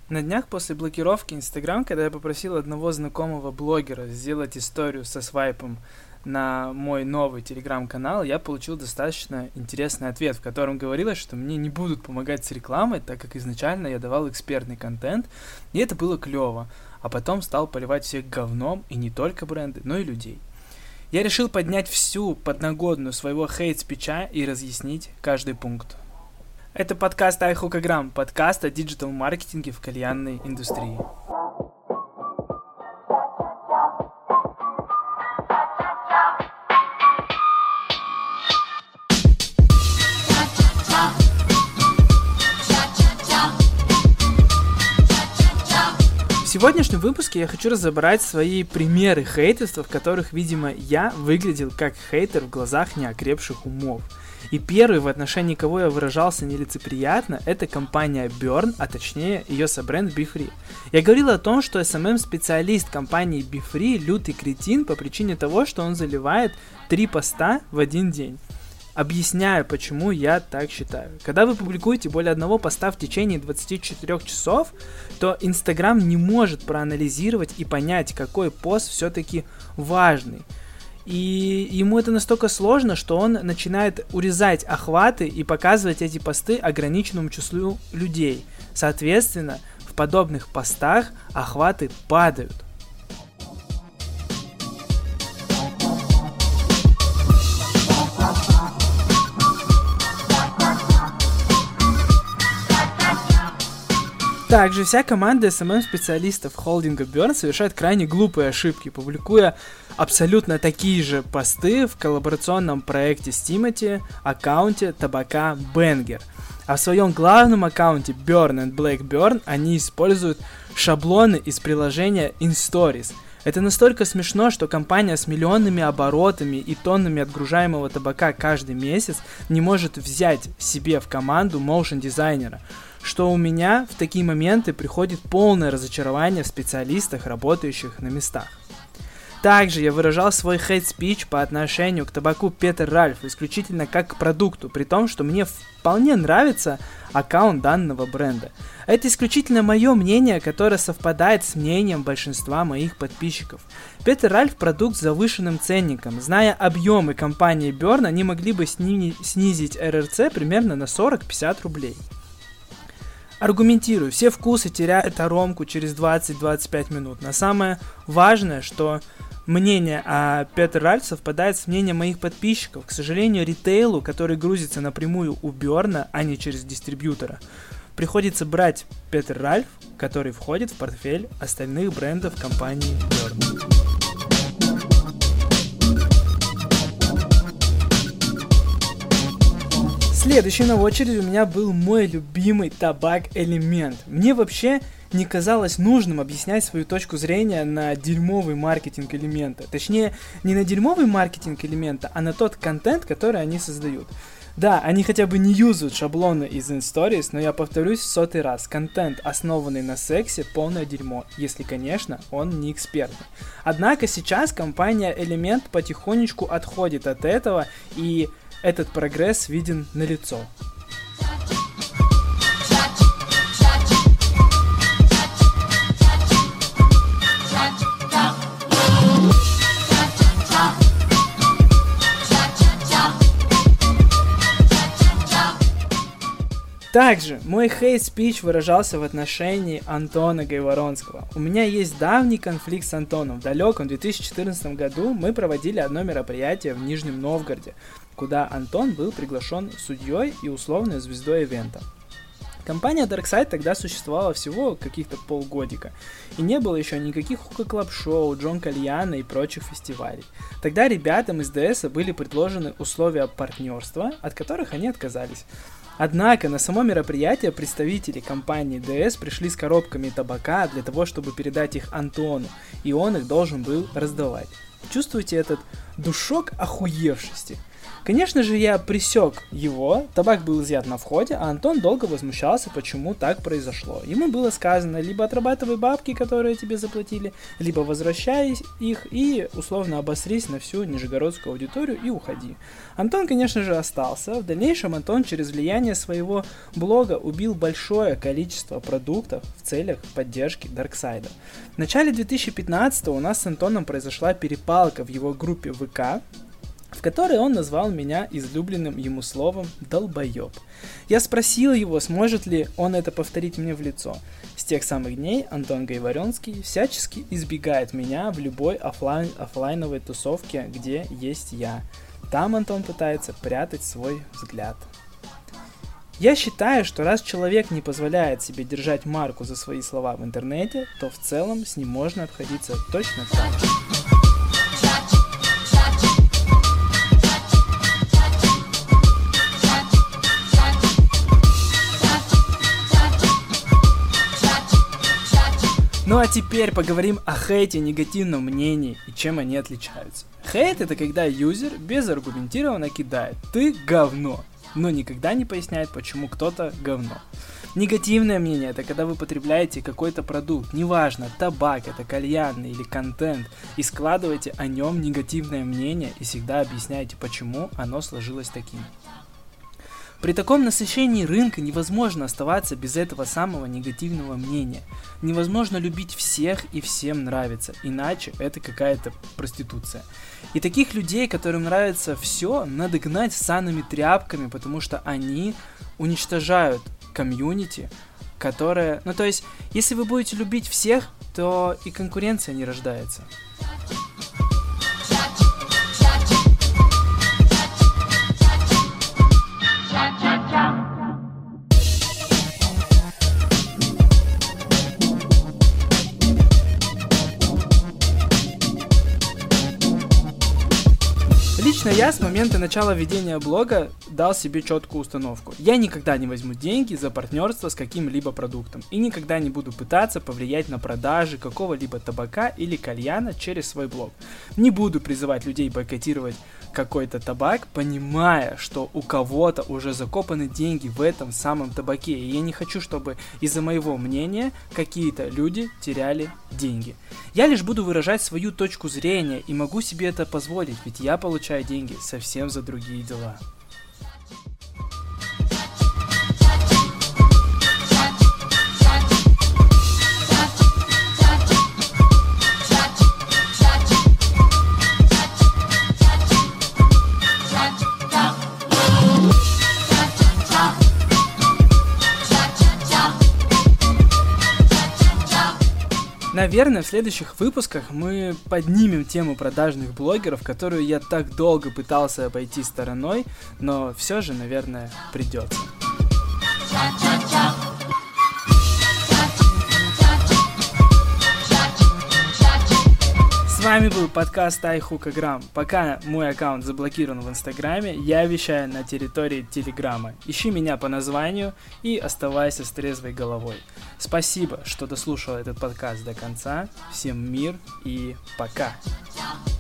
На днях после блокировки Instagram, когда я попросил одного знакомого блогера сделать историю со свайпом на мой новый телеграм-канал, я получил достаточно интересный ответ, в котором говорилось, что мне не будут помогать с рекламой, так как изначально я давал экспертный контент, и это было клево, а потом стал поливать всех говном, и не только бренды, но и людей. Я решил поднять всю подноготную своего хейт-спича и разъяснить каждый пункт. Это подкаст iHookAgram, подкаст о диджитал-маркетинге в кальянной индустрии. В сегодняшнем выпуске я хочу разобрать свои примеры хейтерства, в которых, видимо, я выглядел как хейтер в глазах неокрепших умов. И первый, в отношении кого я выражался нелицеприятно, это компания Burn, а точнее ее собренд BeFree. Я говорил о том, что SMM-специалист компании BeFree лютый кретин по причине того, что он заливает 3 поста в один день. Объясняю, почему я так считаю. Когда вы публикуете более одного поста в течение 24 часов, то Instagram не может проанализировать и понять, какой пост все-таки важный. И ему это настолько сложно, что он начинает урезать охваты и показывать эти посты ограниченному числу людей. Соответственно, в подобных постах охваты падают. Также вся команда SMM-специалистов холдинга Burn совершает крайне глупые ошибки, публикуя абсолютно такие же посты в коллаборационном проекте с Тимати, аккаунте табака Banger. А в своем главном аккаунте Burn & Black Burn они используют шаблоны из приложения InStories. Это настолько смешно, что компания с миллионными оборотами и тоннами отгружаемого табака каждый месяц не может взять себе в команду моушн-дизайнера, что у меня в такие моменты приходит полное разочарование в специалистах, работающих на местах. Также я выражал свой хейт-спич по отношению к табаку Петер Ральф исключительно как к продукту, при том, что мне вполне нравится аккаунт данного бренда. Это исключительно мое мнение, которое совпадает с мнением большинства моих подписчиков. Петер Ральф продукт с завышенным ценником. Зная объемы компании Burn, они могли бы снизить РРЦ примерно на 40-50 рублей. Аргументирую, все вкусы теряют аромку через 20-25 минут. Но самое важное, что мнение о Петер Ральф совпадает с мнением моих подписчиков. К сожалению, ритейлу, который грузится напрямую у Бёрна, а не через дистрибьютора, приходится брать Петер Ральф, который входит в портфель остальных брендов компании Бёрн. Следующий на очереди у меня был мой любимый табак Элемент. Мне вообще не казалось нужным объяснять свою точку зрения на дерьмовый маркетинг Элемента. Точнее, не на дерьмовый маркетинг Элемента, а на тот контент, который они создают. Да, они хотя бы не юзают шаблоны из InStories, но я повторюсь в 100-й раз. Контент, основанный на сексе, полное дерьмо, если, конечно, он не экспертный. Однако сейчас компания Элемент потихонечку отходит от этого, и этот прогресс виден налицо. Также мой хейт-спич выражался в отношении Антона Гайворонского. У меня есть давний конфликт с Антоном. В далеком 2014 году мы проводили одно мероприятие в Нижнем Новгороде, куда Антон был приглашен судьей и условной звездой ивента. Компания Darkside тогда существовала всего каких-то полгодика, и не было еще никаких хука-клаб-шоу, Джон Кальяна и прочих фестивалей. Тогда ребятам из ДС были предложены условия партнерства, от которых они отказались. Однако на само мероприятие представители компании DS пришли с коробками табака для того, чтобы передать их Антону, и он их должен был раздавать. Чувствуете этот душок охуевшести? Конечно же, я пресек его, табак был изъят на входе, а Антон долго возмущался, почему так произошло. Ему было сказано, либо отрабатывай бабки, которые тебе заплатили, либо возвращай их и условно обосрись на всю нижегородскую аудиторию и уходи. Антон, конечно же, остался. В дальнейшем Антон через влияние своего блога убил большое количество продуктов в целях поддержки Дарксайда. В начале 2015 у нас с Антоном произошла перепалка в его группе ВК, в которой он назвал меня излюбленным ему словом «долбоеб». Я спросил его, сможет ли он это повторить мне в лицо. С тех самых дней Антон Гайворонский всячески избегает меня в любой офлайновой тусовке, где есть я. Там Антон пытается прятать свой взгляд. Я считаю, что раз человек не позволяет себе держать марку за свои слова в интернете, то в целом с ним можно обходиться точно так же. Ну а теперь поговорим о хейте, негативном мнении и чем они отличаются. Хейт — это когда юзер безаргументированно кидает «ты говно», но никогда не поясняет, почему кто-то говно. Негативное мнение — это когда вы потребляете какой-то продукт, неважно, табак, это кальянный или контент, и складываете о нем негативное мнение и всегда объясняете, почему оно сложилось таким. При таком насыщении рынка невозможно оставаться без этого самого негативного мнения. Невозможно любить всех и всем нравиться, иначе это какая-то проституция. И таких людей, которым нравится все, надо гнать ссаными тряпками, потому что они уничтожают комьюнити, которое... Ну то есть, если вы будете любить всех, то и конкуренция не рождается. Лично я с момента начала ведения блога дал себе четкую установку. Я никогда не возьму деньги за партнерство с каким-либо продуктом и никогда не буду пытаться повлиять на продажи какого-либо табака или кальяна через свой блог. Не буду призывать людей бойкотировать какой-то табак, понимая, что у кого-то уже закопаны деньги в этом самом табаке, и я не хочу, чтобы из-за моего мнения какие-то люди теряли деньги. Я лишь буду выражать свою точку зрения и могу себе это позволить, ведь я получаю деньги совсем за другие дела. Наверное, в следующих выпусках мы поднимем тему продажных блогеров, которую я так долго пытался обойти стороной, но все же, наверное, придется. С вами был подкаст iHookAgram. Пока мой аккаунт заблокирован в Инстаграме, я вещаю на территории Телеграма. Ищи меня по названию и оставайся с трезвой головой. Спасибо, что дослушал этот подкаст до конца. Всем мир и пока.